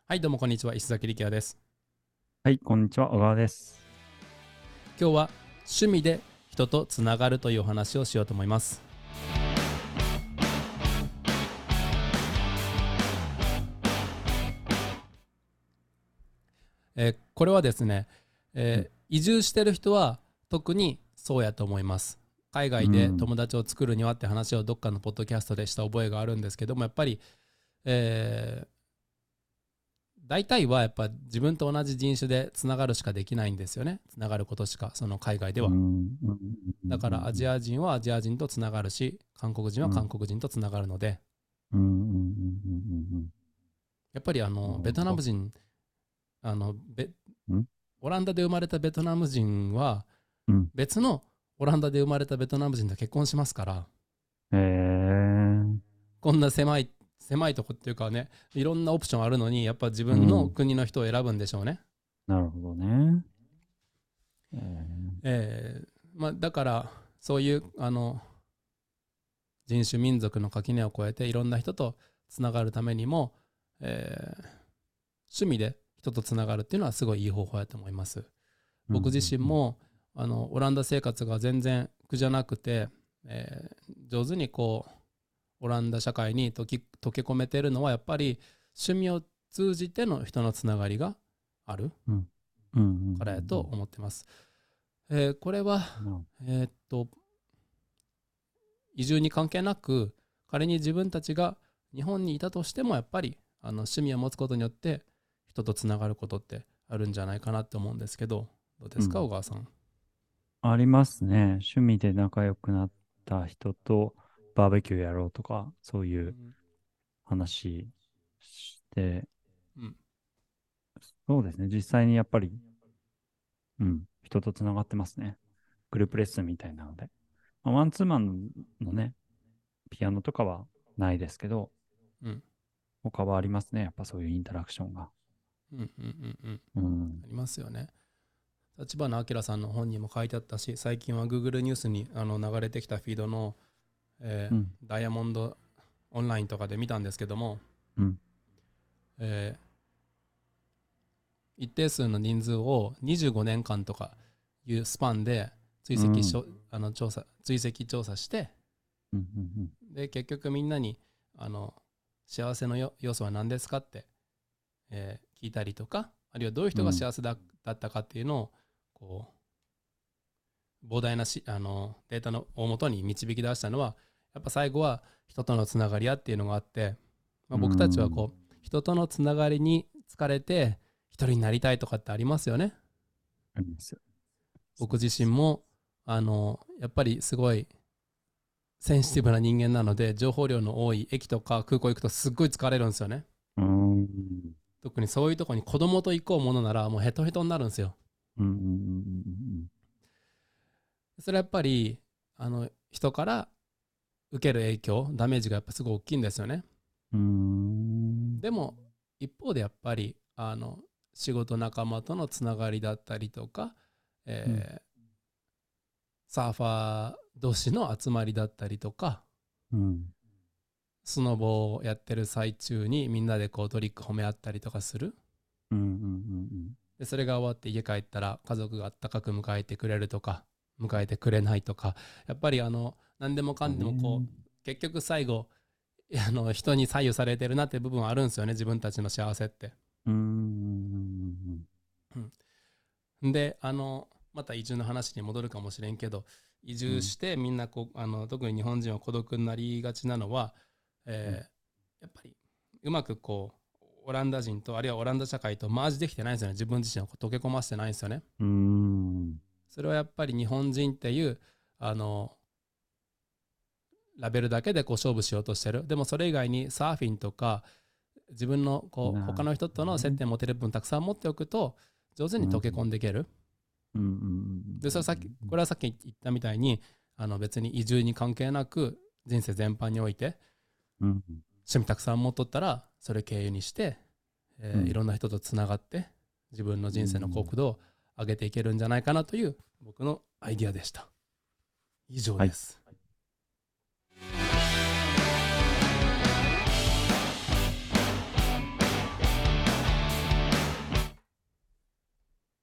はい、どうもこんにちは。石崎力也です。 はい、こんにちは、小川です。 今日は趣味で人とつながるというお話をしようと思います。これはですね、 うん、 移住してる人は特にそうやと思います。海う外でん、 友達を作るにはって話をどっかのポッドキャストでした覚えがあるんですけども、やっぱり、えー大体はやっぱ自分と同じ人種でつながるしかできないんですよね。つながることしか、その海外では。 うん、うん、 だからアジア人はアジア人とつながるし、韓国人は韓国人とつながるので、 うん、うん、うん、 やっぱりベトナなるほど。 ム人、あのベうん、 オランダで生まれたベトナム人はうん、 別のオランダで生まれたベトナム人と結婚しますから、 ー、 こんな狭いとこっていうかね、いろんなオプションあるのに、やっぱ自分のうん、 国の人を選ぶんでしょうね。 なるほどね。えー、 だからそういう人種民族の垣根を越えていろんな人とつながるためにも、えー趣味で人とつながるっていうのはすごいいい方法だと思います。 うん、 僕自身うん、 もオランダ生活が全然苦じゃなくて、上手にこうオランダ社会に溶け込めてるのはやっぱり趣味を通じての人のつながりがあるうん、うん、うん、うからやとん、 思ってます。これは、 うん、 えーっと移住に関係なく仮に自分たちが日本にいたとしてもやっぱり趣味を持つことによって人とつながることってあるんじゃないかなって思うんですけど、どうですか小うん、 川さん。 ありますね。趣味で仲良くなった人とバーベキューやろうとか、そういううん話して、 うんそうですね。実際にやっぱり、うん、人とつながってますね。グループレッスンみたいなので。マンツーマンのね、ピアノとかはないですけど、 うん他はありますね。やっぱそういうインタラクションが。 うんうん。 ありますよね。立花明さんの本にも書いてあったし、最近は Google ニュースに流れてきたフィードの、 うん。 ダイヤモンドオンラインとかで見たんですけども、 うん。 え一定数の人数を25年間とかいうスパンでうん。 追跡調査して、 うん。 で結局みんなにあの幸せの要素は何ですかって、聞いたりとか、あるいはどういう人がうん。 幸せだったかっていうのをこ膨大なデータの大元に導き出したのは、やっぱ最後は人とのつながり屋っていうのがあって、 う僕たちはん。 こう人とのつながりに疲れて一人になりたいとかってありますよね。 ありますよ。そ僕自うです。 身もやっぱりすごいセンシティブな人間なので、情報量の多い駅とか空港行くとすっごい疲れるんですよね。 うん。 特にそういうとこに子供と行こうものならもうヘトヘトになるんですよ。 うん。 それはやっぱり人から受ける影響ダメージがやっぱすごい大きいんですよね。 うん。 でも一方でやっぱり仕事仲間とのつながりだったりとか、 うん。 えサーファー同士の集まりだったりとか、 うん。 スノボをやってる最中にみんなでこうトリック褒め合ったりとかする。 うん。 でそれが終わって家帰ったら家族があったかく迎えてくれるとか迎えてくれないとか、やっぱり何でもかんでもこね。 う結局最後人に左右されてるなって部分はあるんですよね、自分たちの幸せって。 うん。 でまた移住の話に戻るかもしれんけど、移うん。 住してみんなこう特に日本人は孤独になりがちなのは、えやっぱりうまくこうオランダ人とあるいはオランダ社会とマージできてないんですよね。自分自身をこう溶け込ませてないんですよね。 うん。 それはやっぱり日本人っていうあのラベルだけでこう勝負しようとしてる。でもそれ以外にサーフィンとか自分のこう他なるの人との接ほどね。 点を持てる分たくさん持っておくと上手うん。 に溶け込んでいける。 うん。 でこれはさっき言ったみたいに別に移住に関係なく人生全般においてうん。 趣味たくさん持っとったらそれ経由にして、いうん。 ろんな人とつながって自分のう人生の幸ん。 福度を上げていけるんじゃないかなという僕のアイディアでした。以上はい。 です。